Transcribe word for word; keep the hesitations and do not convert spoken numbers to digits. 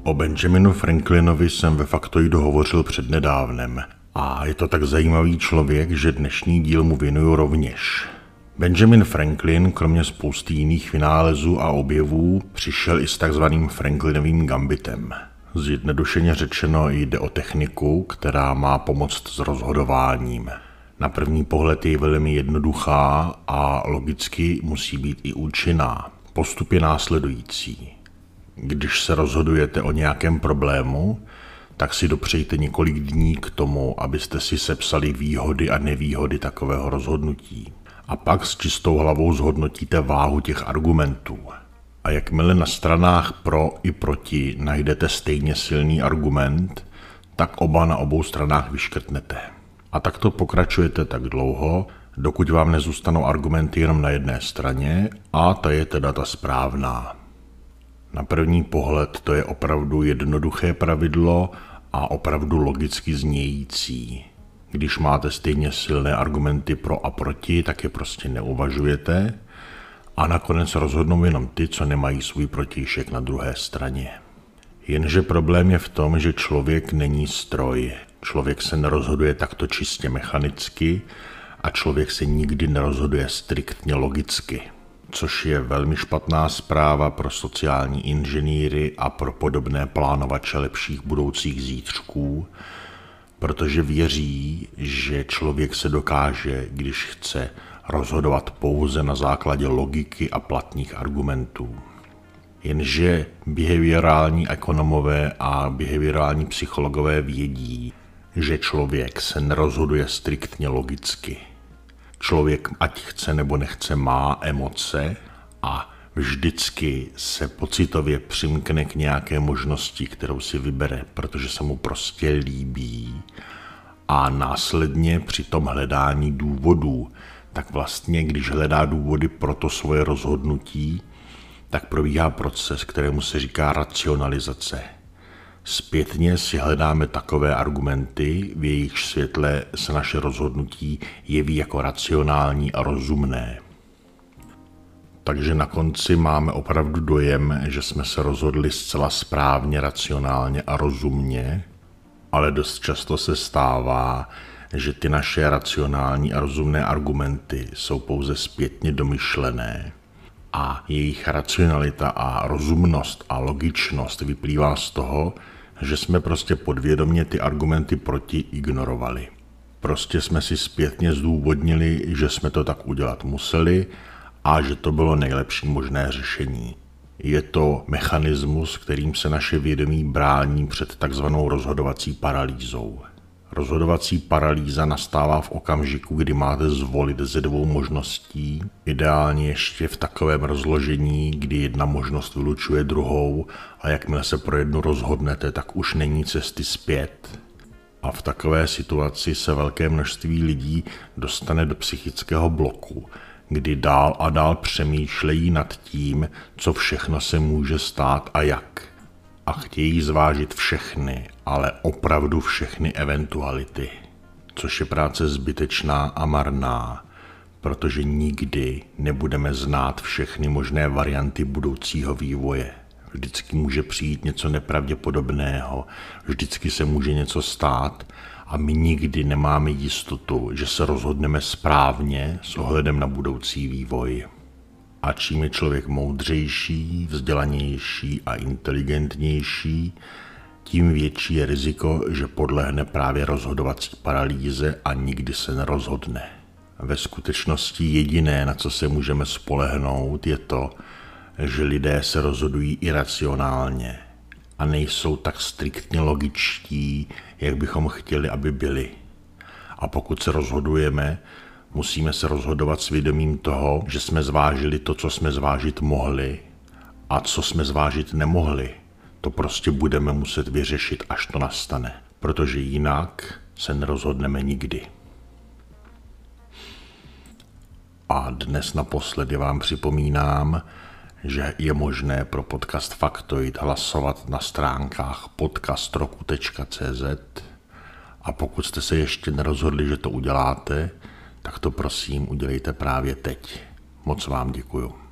O Benjaminu Franklinovi jsem ve Faktoidu hovořil přednedávnem a je to tak zajímavý člověk, že dnešní díl mu věnuju rovněž. Benjamin Franklin, kromě spousty jiných vynálezů a objevů, přišel i s takzvaným Franklinovým gambitem. Zjednodušeně řečeno jde o techniku, která má pomoct s rozhodováním. Na první pohled je velmi jednoduchá a logicky musí být i účinná. Postup je následující. Když se rozhodujete o nějakém problému, tak si dopřejte několik dní k tomu, abyste si sepsali výhody a nevýhody takového rozhodnutí. A pak s čistou hlavou zhodnotíte váhu těch argumentů. A jakmile na stranách pro i proti najdete stejně silný argument, tak oba na obou stranách vyškrtnete. A takto pokračujete tak dlouho, dokud vám nezůstanou argumenty jenom na jedné straně a ta je teda ta správná. Na první pohled to je opravdu jednoduché pravidlo a opravdu logicky znějící. Když máte stejně silné argumenty pro a proti, tak je prostě neuvažujete a nakonec rozhodnou jenom ty, co nemají svůj protějšek na druhé straně. Jenže problém je v tom, že člověk není stroj. Člověk se nerozhoduje takto čistě mechanicky a člověk se nikdy nerozhoduje striktně logicky. Což je velmi špatná zpráva pro sociální inženýry a pro podobné plánovače lepších budoucích zítřků, protože věří, že člověk se dokáže, když chce, rozhodovat pouze na základě logiky a platných argumentů. Jenže behaviorální ekonomové a behaviorální psychologové vědí, že člověk se nerozhoduje striktně logicky. Člověk, ať chce nebo nechce, má emoce a vždycky se pocitově přimkne k nějaké možnosti, kterou si vybere, protože se mu prostě líbí. A následně při tom hledání důvodů, tak vlastně, když hledá důvody pro to svoje rozhodnutí, tak probíhá proces, kterému se říká racionalizace. Zpětně si hledáme takové argumenty, v jejich světle se naše rozhodnutí jeví jako racionální a rozumné. Takže na konci máme opravdu dojem, že jsme se rozhodli zcela správně, racionálně a rozumně, ale dost často se stává, že ty naše racionální a rozumné argumenty jsou pouze zpětně domyšlené a jejich racionalita a rozumnost a logičnost vyplývá z toho, že jsme prostě podvědomě ty argumenty proti ignorovali. Prostě jsme si zpětně zdůvodnili, že jsme to tak udělat museli a že to bylo nejlepší možné řešení. Je to mechanismus, kterým se naše vědomí brání před takzvanou rozhodovací paralýzou. Rozhodovací paralýza nastává v okamžiku, kdy máte zvolit ze dvou možností, ideálně ještě v takovém rozložení, kdy jedna možnost vylučuje druhou a jakmile se pro jednu rozhodnete, tak už není cesty zpět. A v takové situaci se velké množství lidí dostane do psychického bloku, kdy dál a dál přemýšlejí nad tím, co všechno se může stát a jak. A chtějí zvážit všechny, ale opravdu všechny eventuality, což je práce zbytečná a marná, protože nikdy nebudeme znát všechny možné varianty budoucího vývoje. Vždycky může přijít něco nepravděpodobného, vždycky se může něco stát a my nikdy nemáme jistotu, že se rozhodneme správně s ohledem na budoucí vývoj. A čím je člověk moudřejší, vzdělanější a inteligentnější, tím větší je riziko, že podlehne právě rozhodovací paralýze a nikdy se nerozhodne. Ve skutečnosti jediné, na co se můžeme spolehnout, je to, že lidé se rozhodují iracionálně a nejsou tak striktně logičtí, jak bychom chtěli, aby byli. A pokud se rozhodujeme, musíme se rozhodovat s vědomím toho, že jsme zvážili to, co jsme zvážit mohli a co jsme zvážit nemohli. To prostě budeme muset vyřešit, až to nastane, protože jinak se nerozhodneme nikdy. A dnes naposledy vám připomínám, že je možné pro podcast Faktoid hlasovat na stránkách podcastroku tečka cé zet a pokud jste se ještě nerozhodli, že to uděláte, tak to prosím udělejte právě teď. Moc vám děkuju.